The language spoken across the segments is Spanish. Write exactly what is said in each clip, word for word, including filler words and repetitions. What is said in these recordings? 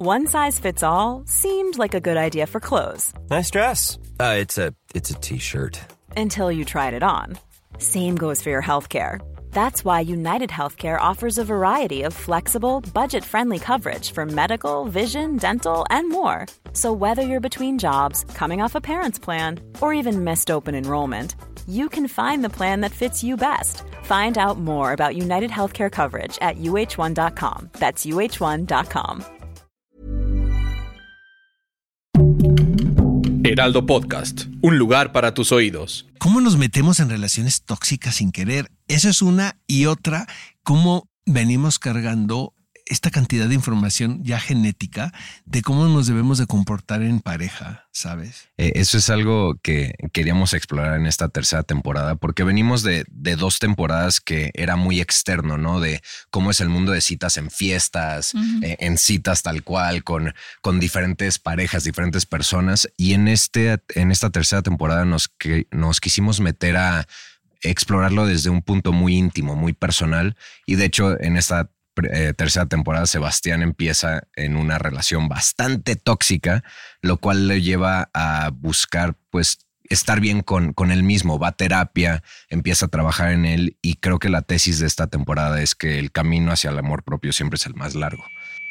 One size fits all seemed like a good idea for clothes. Nice dress. Uh, it's a it's a t-shirt. Until you tried it on. Same goes for your healthcare. That's why United Healthcare offers a variety of flexible, budget-friendly coverage for medical, vision, dental, and more. So whether you're between jobs, coming off a parent's plan, or even missed open enrollment, you can find the plan that fits you best. Find out more about United Healthcare coverage at U H one dot com. That's U H one dot com. Heraldo Podcast, un lugar para tus oídos. ¿Cómo nos metemos en relaciones tóxicas sin querer? Esa es una, y otra, cómo venimos cargando esta cantidad de información ya genética de cómo nos debemos de comportar en pareja, ¿sabes? Eh, eso es algo que queríamos explorar en esta tercera temporada, porque venimos de, de dos temporadas que era muy externo, ¿no? De cómo es el mundo de citas en fiestas, uh-huh. eh, en citas tal cual, con, con diferentes parejas, diferentes personas. Y en, este, en esta tercera temporada nos, que, nos quisimos meter a explorarlo desde un punto muy íntimo, muy personal. Y de hecho, en esta Eh, tercera temporada, Sebastián empieza en una relación bastante tóxica, lo cual le lleva a buscar pues estar bien con, con él mismo, va a terapia, empieza a trabajar en él, y creo que la tesis de esta temporada es que el camino hacia el amor propio siempre es el más largo.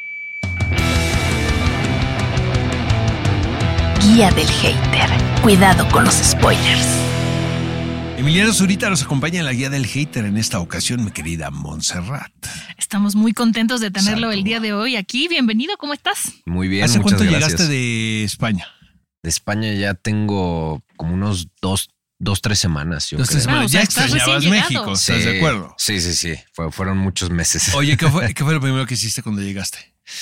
Guía del hater. Cuidado con los spoilers. Emiliano Zurita nos acompaña en la guía del hater en esta ocasión, mi querida Montserrat. Estamos muy contentos de tenerlo Salud. El día de hoy aquí. Bienvenido, ¿cómo estás? Muy bien, ¿Hace muchas cuánto gracias. llegaste de España? De España ya tengo como unos dos, dos tres semanas. Yo Dos, creo. tres semanas. Ah, o sea, Ya estás extrañabas recién México, llegado. ¿estás Sí, de acuerdo? Sí, sí, sí. Fue, fueron muchos meses. Oye, ¿qué fue, ¿qué fue lo primero que hiciste cuando llegaste?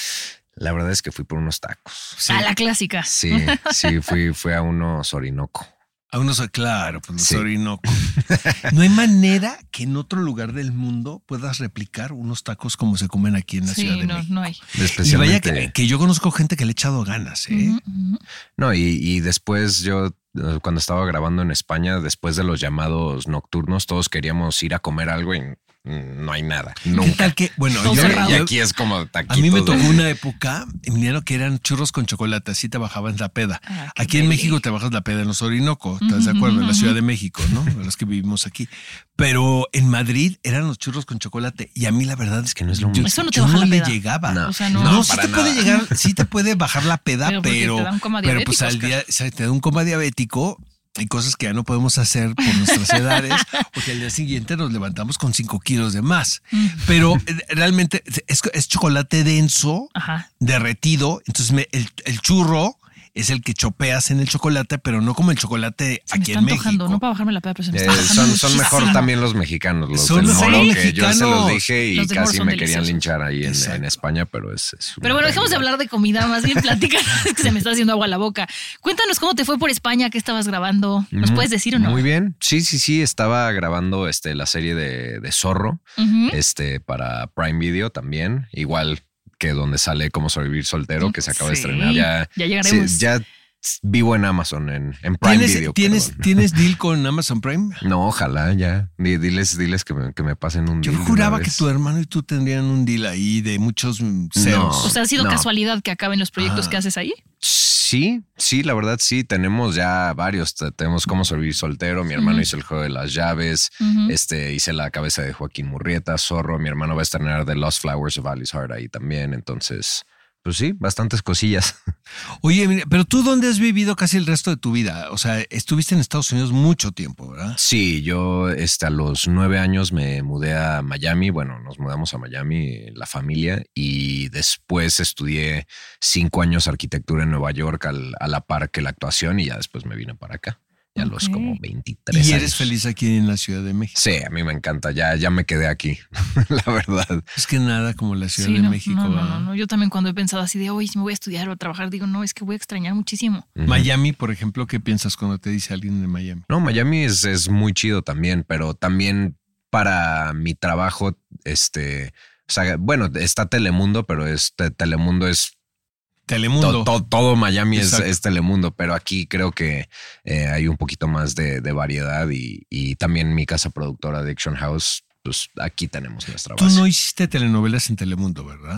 La verdad es que fui por unos tacos. Sí. A la clásica. Sí, sí, fui, fui a unos Orinoco. A unos, claro, pues los Sí. Orinoco. No hay manera que en otro lugar del mundo puedas replicar unos tacos como se comen aquí en la Sí, Ciudad de no, México. no hay. Y vaya Especialmente. que, que yo conozco gente que le ha echado ganas, ¿eh? Ujú, ujú. No, y, y después yo, eh, cuando estaba grabando en España, después de los llamados nocturnos, todos queríamos ir a comer algo y mm, no hay nada. ¿Qué Nunca. tal que, bueno, Todo yo, cerrado. Y yo- aquí es como taquitos. a mí me tocó de- una época, Emiliano, que eran churros con chocolate, así te bajabas la peda. Ah, qué Aquí en deli. México te bajas la peda en los Orinoco, ¿estás de Ujú, acuerdo? En la ujú. Ciudad de México, ¿no? Los que vivimos aquí. Pero en Madrid eran los churros con chocolate, y a mí la verdad es que no es lo Eso mismo. no te Yo baja no la le peda. llegaba. No. O sea, no. No, No, sí para te puede nada. llegar, sí te puede bajar la peda, Pero porque pero, te da un coma pero pues diabético, al Oscar. día o sea, te da un coma diabético. Hay cosas que ya no podemos hacer por nuestras edades, porque al día siguiente nos levantamos con cinco kilos de más. Pero eh, realmente es, es chocolate denso, Ajá. derretido. Entonces me- el, el churro es el que chopeas en el chocolate, pero no como el chocolate Se me aquí está en antojando, México. no para bajarme la peda, pero se me Eh, está antojando son, son muchísimo. mejor también los mexicanos, los Son del mejor Moro, los que yo se los mexicanos. dije y Los del Moro casi son me querían deliciosos. linchar ahí en, Exacto. en España, pero es, es una Pero bueno, dejemos de realidad. hablar de comida, más bien platícanos, es que se me está haciendo agua a la boca. Cuéntanos cómo te fue por España, qué estabas grabando. ¿Nos Muy- puedes decir o no? Muy bien. Sí, sí, sí. Estaba grabando este, la serie de, de Zorro Ujú. este, para Prime Video también. Igual que donde sale Cómo sobrevivir soltero, que se acaba Sí, de estrenar. Ya, ya llegaremos. sí, ya vivo en Amazon, en, en Prime ¿Tienes, Video. ¿tienes, perdón. ¿Tienes deal con Amazon Prime? No, ojalá ya. Di- Diles, diles que me, que me pasen un Yo deal de juraba una que vez. tu hermano y tú tendrían un deal ahí de muchos mm, ceros. O sea, ¿ha sido No. casualidad que acaben los proyectos Ah. que haces ahí? Sí, sí, la verdad sí. Tenemos ya varios. Te- Tenemos Cómo sobrevivir soltero. Mi hermano Ujú. hizo El juego de las llaves. Ujú. Este, hice La cabeza de Joaquín Murrieta, Zorro. Mi hermano va a estrenar The Lost Flowers of Alice Hart ahí también. Entonces, pues sí, bastantes cosillas. Oye, mira, pero tú ¿dónde has vivido casi el resto de tu vida? O sea, estuviste en Estados Unidos mucho tiempo, ¿verdad? Sí, yo este, a los nueve años me mudé a Miami. Bueno, nos mudamos a Miami, la familia, y después estudié cinco años arquitectura en Nueva York al- a la par que la actuación, y ya después me vine para acá. Ya a los Ok. como veintitrés Y años. eres feliz aquí en la Ciudad de México. Sí, a mí me encanta. Ya, ya me quedé aquí, la verdad. Es que nada como la Ciudad Sí, de no, México. no, no, ¿verdad? no, no. Yo también cuando he pensado así de, hoy si me voy a estudiar o a trabajar, digo, no, es que voy a extrañar muchísimo. Miami, por ejemplo, ¿qué piensas cuando te dice alguien de Miami? No, Miami es, es muy chido también, pero también para mi trabajo, este, o sea, bueno, está Telemundo, pero este Telemundo es Telemundo. to- to- todo Miami es, Exacto. es Telemundo, pero aquí creo que eh, hay un poquito más de, de variedad y, y también mi casa productora Addiction House, pues aquí tenemos nuestra Tú base. no hiciste telenovelas en Telemundo, ¿verdad?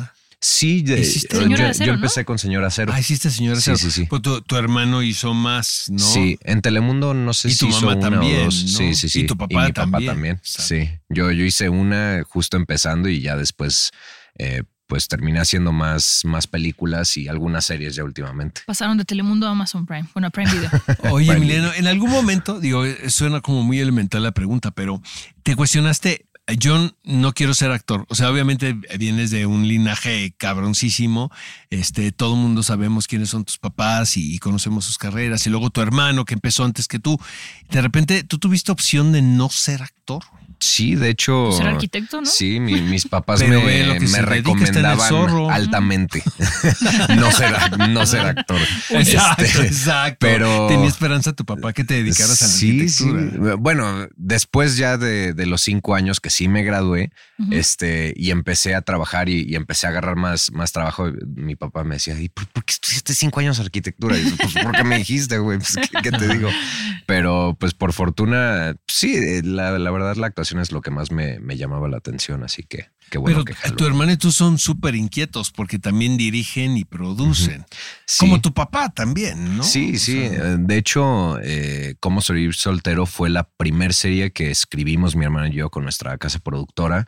Sí, de, ¿Hiciste? yo, Señora Acero, yo empecé ¿no? con Señora Acero. Ah, hiciste Señora Acero. Sí, sí, sí. Pues tu, tu hermano hizo más, ¿no? Sí, en Telemundo no sé Y si tu hizo mamá una también, o dos. ¿no? Sí, sí, sí. Y tu papá mi también. papá también. Exacto. Sí, yo, yo hice una justo empezando y ya después eh, pues terminé haciendo más, más películas y algunas series ya últimamente. Pasaron de Telemundo a Amazon Prime. Bueno, a Prime Video. Oye, Prime Emiliano, en algún momento, digo, suena como muy elemental la pregunta, pero te cuestionaste, yo no quiero ser actor. O sea, obviamente vienes de un linaje cabroncísimo. Este, todo el mundo sabemos quiénes son tus papás y, y conocemos sus carreras. Y luego tu hermano que empezó antes que tú. De repente, ¿tú tuviste opción de no ser actor? Sí, de hecho. Ser arquitecto, ¿no? Sí, mi, mis papás Pero me, ve lo que me se dedica, está en el recomendaban Zorro. altamente no, ser, no ser actor. Exacto, Este, exacto. pero- Tenía esperanza tu papá que te dedicaras a la Sí, arquitectura. sí. Bueno, después ya de, de los cinco años que sí me gradué, Ujú. este, y empecé a trabajar y, y empecé a agarrar más, más trabajo, mi papá me decía, ¿y por, por qué estudiaste cinco años arquitectura? Y yo, pues porque me dijiste, güey, pues, ¿qué, qué te digo? Pero pues por fortuna, sí, la, la verdad la actuación es lo que más me, me llamaba la atención, así que qué bueno Pero que jaló. tu hermano y tú son súper inquietos porque también dirigen y producen. Sí. Como tu papá también, ¿no? Sí, O sí. sea, Eh, De hecho, eh, Cómo sobrevivir soltero fue la primer serie que escribimos mi hermano y yo con nuestra casa productora.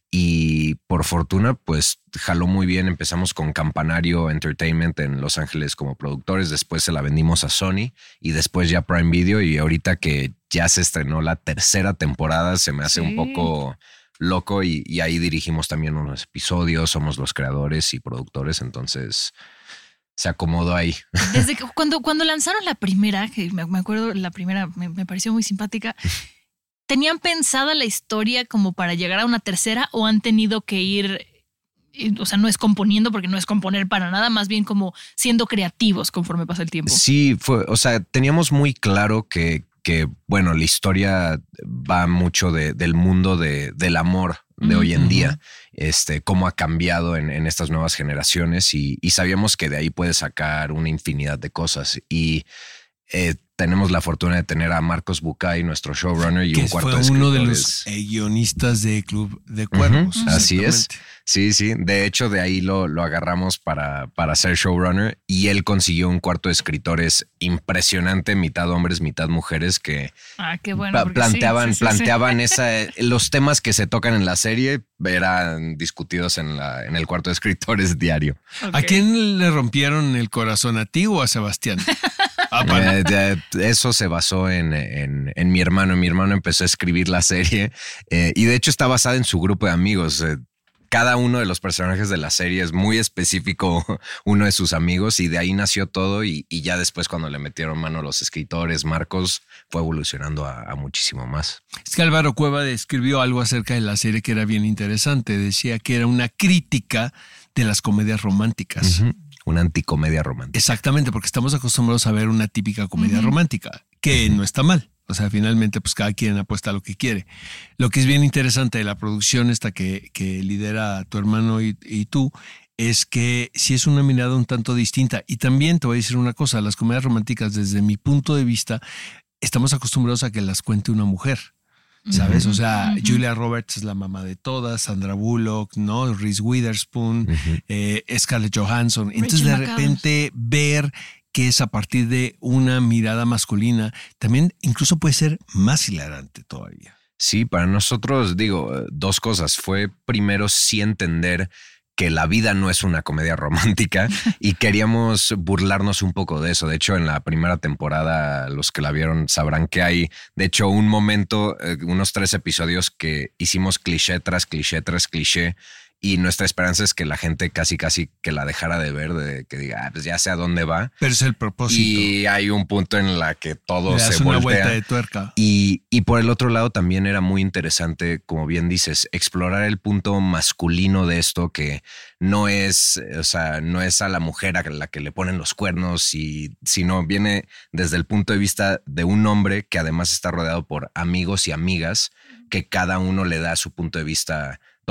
Y por fortuna, pues jaló muy bien. Empezamos con Campanario Entertainment en Los Ángeles como productores. Después se la vendimos a Sony y después ya Prime Video. Y ahorita que ya se estrenó la tercera temporada, se me hace Sí. un poco loco. Y, y ahí dirigimos también unos episodios. Somos los creadores y productores. Entonces se acomodó ahí. Desde que cuando, cuando lanzaron la primera, que me, me acuerdo, la primera me, me pareció muy simpática. ¿Tenían pensada la historia como para llegar a una tercera o han tenido que ir, eh, o sea, no es componiendo porque no es componer para nada, más bien como siendo creativos conforme pasa el tiempo? Sí, fue, o sea, teníamos muy claro que, que bueno, la historia va mucho de, del mundo de, del amor de hoy en Ujú. día, este, cómo ha cambiado en, en estas nuevas generaciones y, y sabíamos que de ahí puede sacar una infinidad de cosas y eh, tenemos la fortuna de tener a Marcos Bucay, nuestro showrunner y que un cuarto fue de uno de escritores. los eh, guionistas de Club de Cuervos. Ujú, así es. Exactamente. Sí, sí. De hecho, de ahí lo, lo agarramos para, para ser showrunner y él consiguió un cuarto de escritores impresionante, mitad hombres, mitad mujeres, que Ah, qué bueno. pla- porque planteaban, sí, sí, sí, planteaban esa, los temas que se tocan en la serie eran discutidos en, la, en el cuarto de escritores diario. sí. ¿A Ok. quién le rompieron el corazón? ¿A ti o a Sebastián? Ah, para- Eh, de- eso se basó en, en, en mi hermano. Mi hermano empezó a escribir la serie eh, y de hecho está basada en su grupo de amigos. Eh, cada uno de los personajes de la serie es muy específico, uno de sus amigos, y de ahí nació todo. Y, y ya después, cuando le metieron mano los escritores, Marcos, fue evolucionando a, a muchísimo más. Es que Álvaro Cueva escribió algo acerca de la serie que era bien interesante. Decía que era una crítica de las comedias románticas. Ujú. Una anticomedia romántica. Exactamente, porque estamos acostumbrados a ver una típica comedia Ujú. romántica, que no está mal. O sea, finalmente, pues cada quien apuesta a lo que quiere. Lo que es bien interesante de la producción esta que, que lidera tu hermano y, y tú, es que sí es una mirada un tanto distinta. Y también te voy a decir una cosa, las comedias románticas, desde mi punto de vista, estamos acostumbrados a que las cuente una mujer. ¿Sabes? O sea, Ujú. Julia Roberts es la mamá de todas, Sandra Bullock, ¿no? Reese Witherspoon, Ujú. eh, Scarlett Johansson. Entonces, Rachel de McAdams. repente, ver que es a partir de una mirada masculina, también incluso puede ser más hilarante todavía. Sí, para nosotros, digo, eh, dos cosas. Fue primero sí entender que la vida no es una comedia romántica y queríamos burlarnos un poco de eso. De hecho, en la primera temporada, los que la vieron sabrán que hay, de hecho, un momento, eh, unos tres episodios que hicimos cliché tras cliché tras cliché. Y nuestra esperanza es que la gente casi, casi que la dejara de ver, de que diga, ah, pues ya sé a dónde va. Pero es el propósito. Y hay un punto en la que todo Le se das una voltea. vuelta de tuerca. Y, y por el otro lado también era muy interesante, como bien dices, explorar el punto masculino de esto, que no es, o sea, no es a la mujer a la que le ponen los cuernos, y, sino viene desde el punto de vista de un hombre que además está rodeado por amigos y amigas, que cada uno le da su punto de vista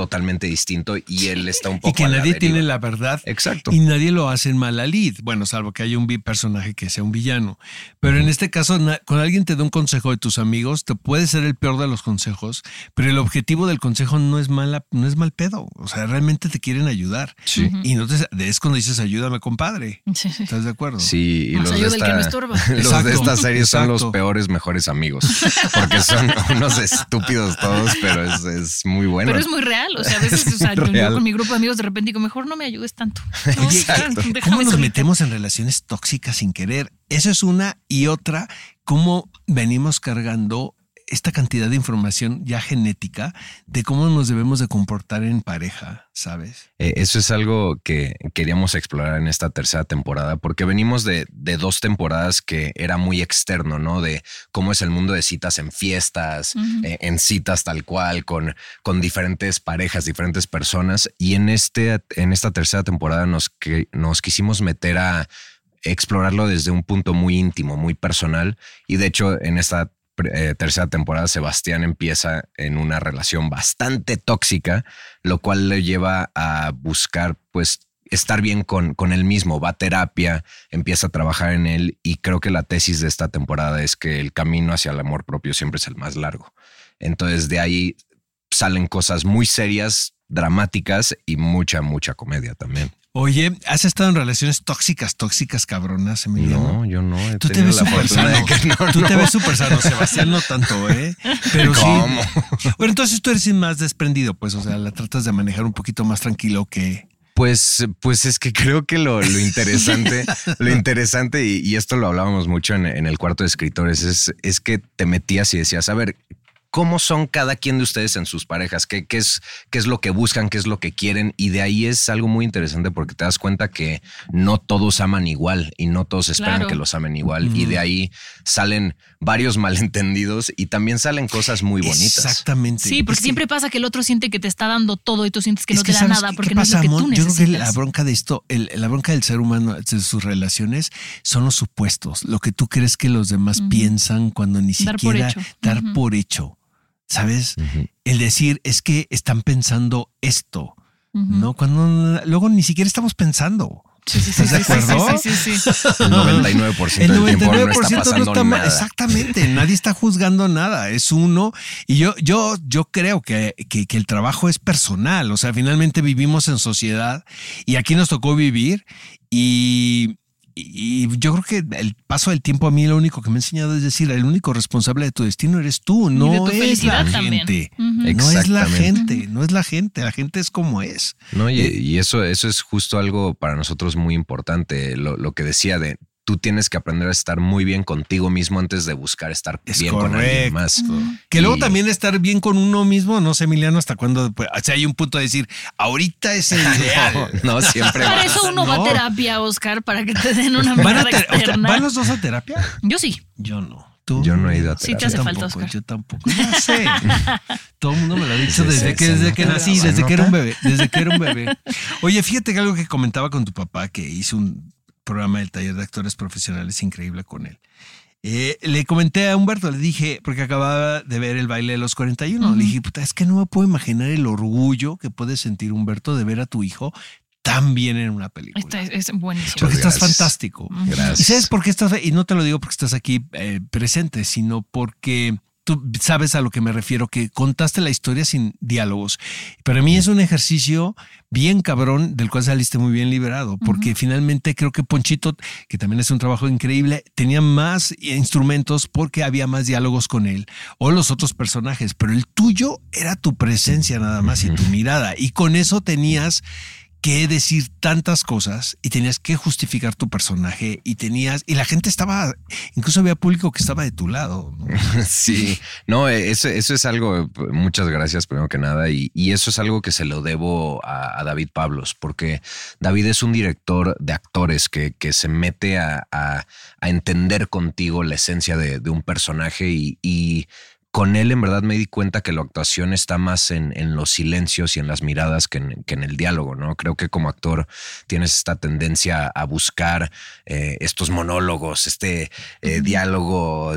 totalmente distinto y él está un poco y que a la nadie deriva. tiene la verdad. Exacto. Y nadie lo hace en mala lid. Bueno, salvo que haya un personaje que sea un villano. Pero uh-huh. en este caso, cuando alguien te da un consejo de tus amigos, te puede ser el peor de los consejos, pero el objetivo del consejo no es mala, no es mal pedo. O sea, realmente te quieren ayudar. Sí. Uh-huh. Y no te, es cuando dices ayúdame, compadre. Sí. ¿Estás de acuerdo? Sí, y Más los, de esta, que me estorba. los exacto, de esta serie son exacto. los peores mejores amigos. Porque son unos estúpidos todos, pero es, es muy bueno. Pero es muy real. O sea, a veces o sea, yo, yo con mi grupo de amigos de repente digo, mejor no me ayudes tanto. No, Oye, déjame ¿cómo nos solita. metemos en relaciones tóxicas sin querer? Eso es una y otra, cómo venimos cargando esta cantidad de información ya genética de cómo nos debemos de comportar en pareja, ¿sabes? Eh, eso es algo que queríamos explorar en esta tercera temporada, porque venimos de, de dos temporadas que era muy externo, ¿no? De cómo es el mundo de citas en fiestas, uh-huh. eh, en citas tal cual, con, con diferentes parejas, diferentes personas. Y en, este, en esta tercera temporada nos, que, nos quisimos meter a explorarlo desde un punto muy íntimo, muy personal. Y de hecho, en esta Eh, tercera temporada, Sebastián empieza en una relación bastante tóxica, lo cual le lleva a buscar pues estar bien con, con él mismo, va a terapia, empieza a trabajar en él y creo que la tesis de esta temporada es que el camino hacia el amor propio siempre es el más largo. Entonces de ahí salen cosas muy serias, dramáticas y mucha, mucha comedia también. Oye, ¿has estado en relaciones tóxicas, tóxicas, cabronas, Emiliano? No, yo no. He Tú te ves súper sano. No, Tú no. te ves súper sano, Sebastián, no tanto, ¿eh? Pero ¿Cómo? Sí. Bueno, entonces tú eres más desprendido, pues, o sea, la tratas de manejar un poquito más tranquilo que... Pues, pues es que creo que lo, lo interesante, lo interesante, y, y esto lo hablábamos mucho en, en el cuarto de escritores, es, es que te metías y decías, a ver, ¿cómo son cada quien de ustedes en sus parejas? ¿Qué, qué, es, ¿Qué es lo que buscan? ¿Qué es lo que quieren? Y de ahí es algo muy interesante porque te das cuenta que no todos aman igual y no todos esperan claro. que los amen igual. Mm. Y de ahí salen varios malentendidos y también salen cosas muy bonitas. Exactamente. Sí, porque es siempre que, pasa que el otro siente que te está dando todo y tú sientes que no que te da nada porque no es lo que tú necesitas. Yo creo que la bronca de esto, el, la bronca del ser humano, de sus relaciones, son los supuestos. Lo que tú crees que los demás uh-huh. piensan cuando ni dar siquiera por dar uh-huh. por hecho. ¿Sabes? Uh-huh. El decir es que están pensando esto, uh-huh. ¿no? Cuando luego ni siquiera estamos pensando. Sí, sí, ¿Estás sí, de acuerdo? Sí, sí, sí, sí. El noventa y nueve por ciento del tiempo no está pasando no está nada. Exactamente, nadie está juzgando nada, es uno. Y yo, yo, yo creo que, que, que el trabajo es personal, o sea, finalmente vivimos en sociedad y aquí nos tocó vivir y... Y yo creo que el paso del tiempo a mí lo único que me ha enseñado es decir, el único responsable de tu destino eres tú, no es la gente. Uh-huh. No es la gente, no es la gente, la gente es como es. No, y, y eso, eso es justo algo para nosotros muy importante, lo, lo que decía de tú tienes que aprender a estar muy bien contigo mismo antes de buscar estar es bien correcto. con alguien más. Uh-huh. Que y, luego también estar bien con uno mismo, no sé, Emiliano, hasta cuando pues, o sea, hay un punto de decir, ahorita es el ideal. No, no siempre Para vas. eso uno no. va a terapia, Oscar, para que te den una ¿Van, mirada ter- externa. ¿Van los dos a terapia? Yo sí. Yo no. ¿Tú? Yo no he ido a terapia. Sí te hace yo falta, tampoco, Oscar. Yo tampoco. Ya sé. Todo el mundo me lo ha dicho Sí, desde sí, que, se desde nota, que nací, se desde que era nota. un bebé. Desde que era un bebé. Oye, fíjate que algo que comentaba con tu papá, que hice un programa del taller de actores profesionales increíble con él. Eh, le comenté a Humberto, le dije, porque acababa de ver el baile de los cuarenta y uno, uh-huh. le dije, puta, es que no me puedo imaginar el orgullo que puede sentir Humberto de ver a tu hijo tan bien en una película. Esta es, es buenísimo. Porque Gracias. estás fantástico. Gracias. ¿Y sabes por qué estás? Y no te lo digo porque estás aquí eh, presente, sino porque tú sabes a lo que me refiero, que contaste la historia sin diálogos. Para mí es un ejercicio bien cabrón del cual saliste muy bien liberado, porque uh-huh. finalmente creo que Ponchito, que también es un trabajo increíble, tenía más instrumentos porque había más diálogos con él o los otros personajes, pero el tuyo era tu presencia nada más uh-huh. y tu mirada, y con eso tenías que decir tantas cosas y tenías que justificar tu personaje y tenías, y la gente estaba, incluso había público que estaba de tu lado, ¿no? Sí, no, eso, eso es algo, muchas gracias primero que nada, y, y eso es algo que se lo debo a, a David Pablos, porque David es un director de actores que, que se mete a, a, a entender contigo la esencia de, de un personaje y, y con él en verdad me di cuenta que la actuación está más en, en los silencios y en las miradas que en, que en el diálogo, ¿no? Creo que como actor tienes esta tendencia a buscar eh, estos monólogos, este eh, uh-huh. diálogo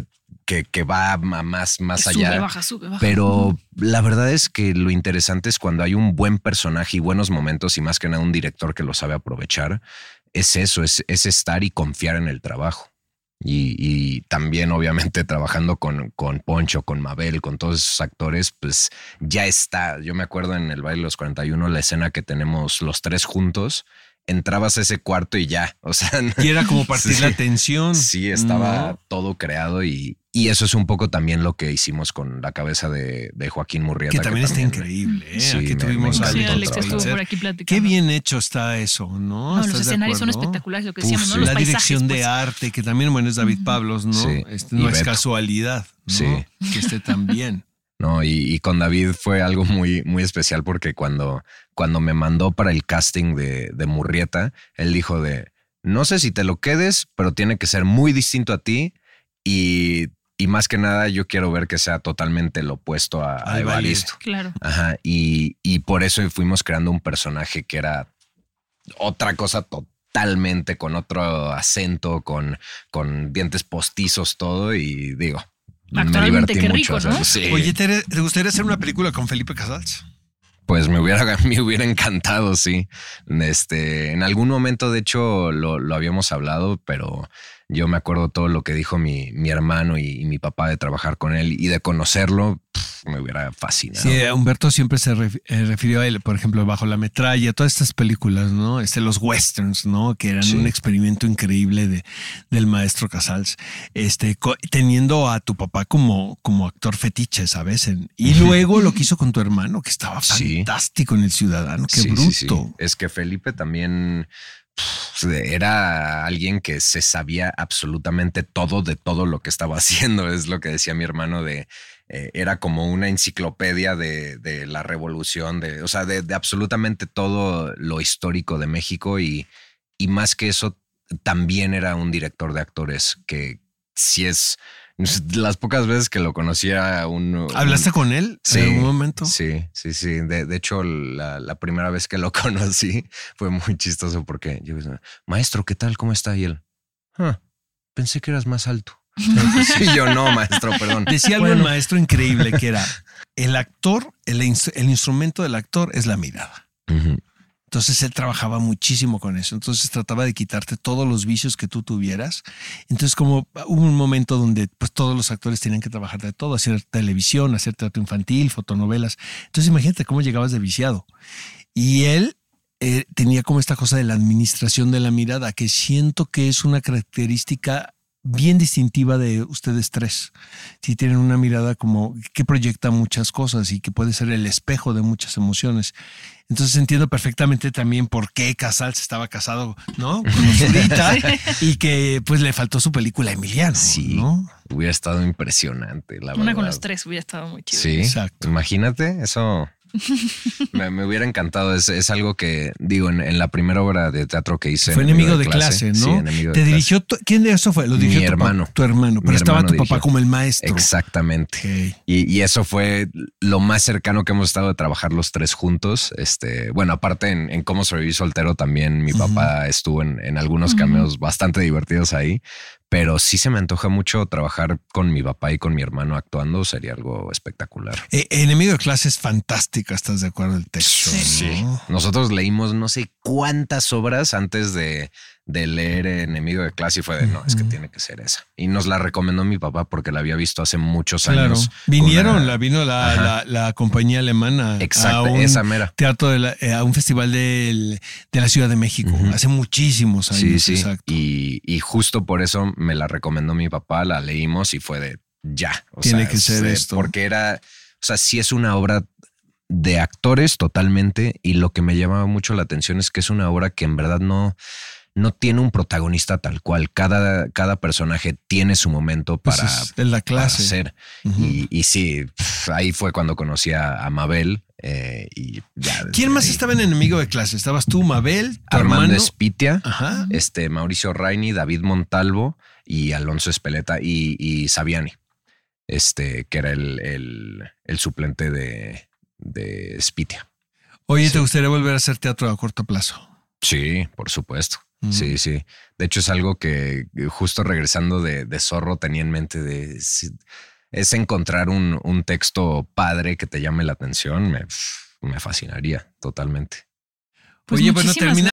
que, que va a más, más Que allá. Sube, baja, sube, baja. Pero la verdad es que lo interesante es cuando hay un buen personaje y buenos momentos y más que nada un director que lo sabe aprovechar. Es eso, es, es estar y confiar en el trabajo. Y, y también obviamente trabajando con, con Poncho, con Mabel, con todos esos actores, pues ya está. Yo me acuerdo en el Baile de los cuarenta y uno, la escena que tenemos los tres juntos, entrabas a ese cuarto y ya, o sea. Y era como partir sí, la tensión. Sí, estaba ¿no? todo creado y, y eso es un poco también lo que hicimos con la cabeza de, de Joaquín Murrieta. Que también que está también, increíble. ¿eh? Sí, aquí me, tuvimos me Sí, algo. Alex estuvo por aquí platicando. Qué bien hecho está eso, ¿no? No, los escenarios son espectaculares, lo que decíamos, Uf, ¿no? sí. Los la paisajes, dirección pues. de arte, que también, bueno, es David Pablos, ¿no? Sí. Este, no Y es Beto. casualidad, ¿no? Sí. Que esté tan bien. No, y, y con David fue algo muy, muy especial porque cuando, cuando me mandó para el casting de, de Murrieta, él dijo de, no sé si te lo quedes, pero tiene que ser muy distinto a ti y, y más que nada yo quiero ver que sea totalmente lo opuesto a, a Al Evaristo. Claro. Ajá, y, y por eso fuimos creando un personaje que era otra cosa totalmente, con otro acento, con, con dientes postizos, todo y digo... Actualmente, qué rico, ¿no? Sí. Oye, ¿te, ¿te gustaría hacer una película con Felipe Casals? Pues me hubiera, me hubiera encantado, sí. Este, en algún momento, de hecho, lo, lo habíamos hablado, pero yo me acuerdo todo lo que dijo mi, mi hermano y, y mi papá de trabajar con él y de conocerlo, pff, me hubiera fascinado. Sí, Humberto siempre se ref, eh, refirió a él, por ejemplo, Bajo la Metralla, todas estas películas, ¿no? Este, los westerns, ¿no? Que eran sí. un experimento increíble de, del maestro Casals. Este, co- teniendo a tu papá como, como actor fetiche, ¿sabes? En, y luego lo que hizo con tu hermano, que estaba sí. fantástico en El Ciudadano. Qué sí, bruto. Sí, sí. Es que Felipe también era alguien que se sabía absolutamente todo de todo lo que estaba haciendo. Es lo que decía mi hermano de eh, era como una enciclopedia de, de la revolución, de, o sea, de, de absolutamente todo lo histórico de México y, y más que eso, también era un director de actores que si es las pocas veces que lo conocía un... ¿Hablaste un, con él sí, en algún momento? Sí, sí, sí. De, de hecho, la, la primera vez que lo conocí fue muy chistoso porque yo dije, maestro, ¿qué tal? ¿Cómo está? Y él, ah, pensé que eras más alto. Sí, yo no, maestro, perdón. Decía algo bueno. El maestro increíble que era el actor, el, el instrumento del actor es la mirada. Uh-huh. Entonces él trabajaba muchísimo con eso. Entonces trataba de quitarte todos los vicios que tú tuvieras. Entonces como hubo un momento donde pues todos los actores tenían que trabajar de todo, hacer televisión, hacer teatro infantil, fotonovelas. Entonces imagínate cómo llegabas de viciado. Y él eh, tenía como esta cosa de la administración de la mirada, que siento que es una característica bien distintiva de ustedes tres. Si tienen una mirada como que proyecta muchas cosas y que puede ser el espejo de muchas emociones. Entonces entiendo perfectamente también por qué Casals estaba casado, ¿no? Con Zurita y que pues le faltó su película Emiliano. Sí, ¿no? Hubiera estado impresionante, la Una verdad. con los tres hubiera estado muy chido. Sí, exacto. Imagínate, eso me, me hubiera encantado. Es, es algo que digo en, en la primera obra de teatro que hice. Fue Enemigo, enemigo de, de clase, clase, ¿no? Sí, Enemigo ¿Te de dirigió? Clase. ¿Quién de eso fue? Lo dirigió mi tu hermano. Pa, tu hermano, pero mi estaba hermano tu papá dirigió. como el maestro. Exactamente. Okay. Y, y eso fue lo más cercano que hemos estado de trabajar los tres juntos. Este, bueno, aparte en, en Cómo sobrevivir soltero también mi uh-huh. papá estuvo en, en algunos cameos uh-huh. bastante divertidos ahí. Pero sí se me antoja mucho trabajar con mi papá y con mi hermano actuando. Sería algo espectacular. Eh, Enemigo de clase es fantástica. ¿Estás de acuerdo? El texto. Sí. sí. Nosotros leímos no sé cuántas obras antes de, de leer Enemigo de clase y fue de no, es que tiene que ser esa. Y nos la recomendó mi papá porque la había visto hace muchos claro. años. Vinieron, una... la vino la, la, la compañía alemana. Exacto, a un esa mera. Teatro de la, a un festival de, de la Ciudad de México uh-huh. hace muchísimos años. Sí, sí. Exacto. Y, y justo por eso me la recomendó mi papá, la leímos y fue de ya. O Tiene sea, que ser se, esto. Porque era, o sea, sí es una obra de actores totalmente y lo que me llamaba mucho la atención es que es una obra que en verdad no, no tiene un protagonista tal cual. Cada, cada personaje tiene su momento para, pues es la clase. Para ser. Uh-huh. Y, y sí, ahí fue cuando conocí a, a Mabel. Eh, y ya ¿Quién más ahí. Estaba en Enemigo de clase? ¿Estabas tú, Mabel, tu Armando hermano? Espitia, Ajá. este Mauricio Raini, David Montalvo y Alonso Espeleta y, y Saviani, este, que era el, el, el suplente de, de Espitia. Oye, sí. ¿te gustaría volver a hacer teatro a corto plazo? Sí, por supuesto. Sí, sí. De hecho, es algo que justo regresando de, de Zorro tenía en mente de es, es encontrar un, un texto padre que te llame la atención. Me, me fascinaría totalmente. Pues Oye, bueno, termina.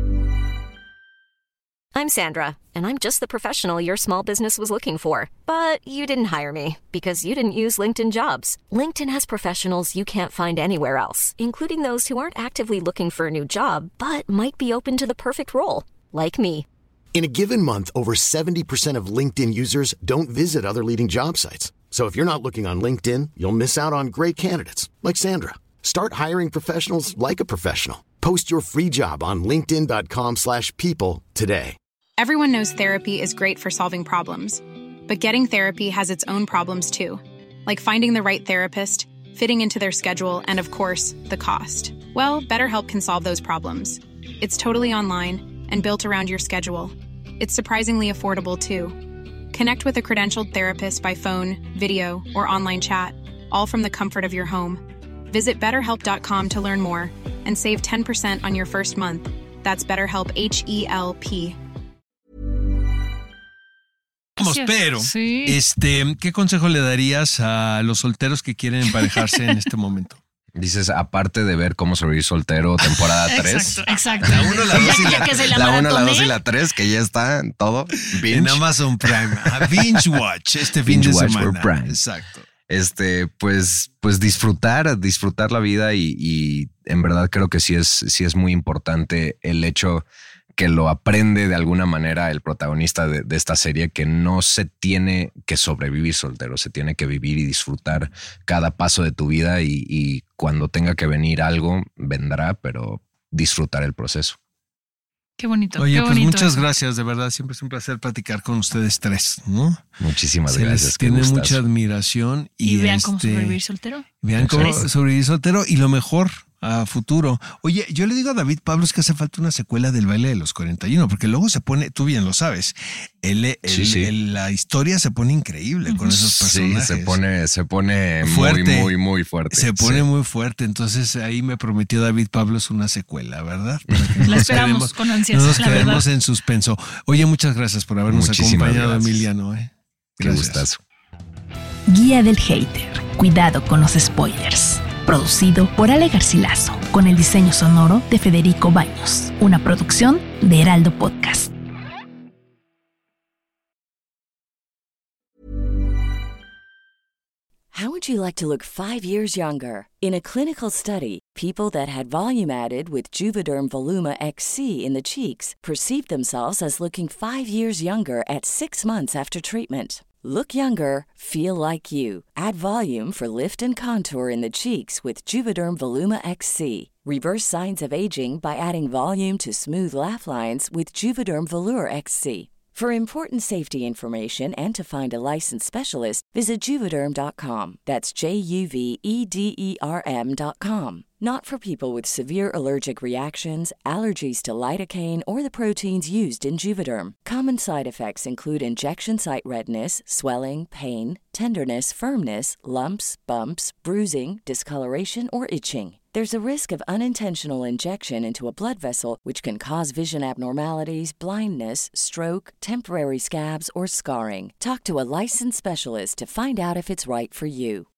I'm Sandra, and I'm just the professional your small business was looking for. But you didn't hire me because you didn't use LinkedIn Jobs. LinkedIn has professionals you can't find anywhere else, including those who aren't actively looking for a new job, but might be open to the perfect role, like me. In a given month, over seventy percent of LinkedIn users don't visit other leading job sites. So if you're not looking on LinkedIn, you'll miss out on great candidates like Sandra. Start hiring professionals like a professional. Post your free job on linkedin.com slash people today. Everyone knows therapy is great for solving problems, but getting therapy has its own problems too, like finding the right therapist, fitting into their schedule, and of course, the cost. Well, BetterHelp can solve those problems. It's totally online and built around your schedule. It's surprisingly affordable too. Connect with a credentialed therapist by phone, video, or online chat, all from the comfort of your home. Visit better help dot com to learn more and save ten percent on your first month. That's BetterHelp, H E L P. Pero, sí. este, ¿qué consejo le darías a los solteros que quieren emparejarse en este momento? Dices, aparte de ver Cómo sobrevivir soltero, temporada tres. Exacto, exacto. La uno, la dos y la tres. La uno, la dos y la tres, que ya está en todo. Binge. En Amazon Prime. A Binge Watch este fin Binge de watch semana. for Prime. Exacto. Este, pues, pues disfrutar, disfrutar la vida y, y en verdad creo que sí es, sí es muy importante el hecho que lo aprende de alguna manera el protagonista de, de esta serie, que no se tiene que sobrevivir soltero, se tiene que vivir y disfrutar cada paso de tu vida y, y cuando tenga que venir algo, vendrá, pero disfrutar el proceso. Qué bonito. Oye, qué pues bonito muchas eso. gracias, de verdad, siempre es un placer platicar con ustedes tres, ¿no? Muchísimas Se gracias. les qué tiene gustazo. mucha admiración. Y, Y vean este, cómo sobrevivir soltero. Vean cómo Tres. sobrevivir soltero y lo mejor a futuro. Oye, yo le digo a David Pablos que hace falta una secuela del baile de los cuarenta y uno, porque luego se pone, tú bien lo sabes, el, el, Sí, sí. el- la historia se pone increíble con esos Sí, personajes. se pone, se pone Fuerte. muy, muy, muy fuerte. Se pone Sí. muy fuerte, entonces ahí me prometió David Pablos una secuela, ¿verdad? Para que no La nos esperamos quedemos- con ansias, No nos la quedemos verdad. en suspenso. Oye, muchas gracias por habernos Muchísimas acompañado, gracias. Emiliano. ¿eh? Qué Gracias. gustazo. Guía del Hater. Cuidado con los spoilers. Producido por Ale Garcilaso, con el diseño sonoro de Federico Baños. Una producción de Heraldo Podcast. How would you like to look five years younger? In a clinical study, people that had volume added with Juvederm Voluma X C in the cheeks perceived themselves as looking five years younger at six months after treatment. Look younger, feel like you. Add volume for lift and contour in the cheeks with Juvederm Voluma X C. Reverse signs of aging by adding volume to smooth laugh lines with Juvederm Volure X C. For important safety information and to find a licensed specialist, visit Juvederm dot com. That's J U V E D E R M dot com. Not for people with severe allergic reactions, allergies to lidocaine, or the proteins used in Juvederm. Common side effects include injection site redness, swelling, pain, tenderness, firmness, lumps, bumps, bruising, discoloration, or itching. There's a risk of unintentional injection into a blood vessel, which can cause vision abnormalities, blindness, stroke, temporary scabs, or scarring. Talk to a licensed specialist to find out if it's right for you.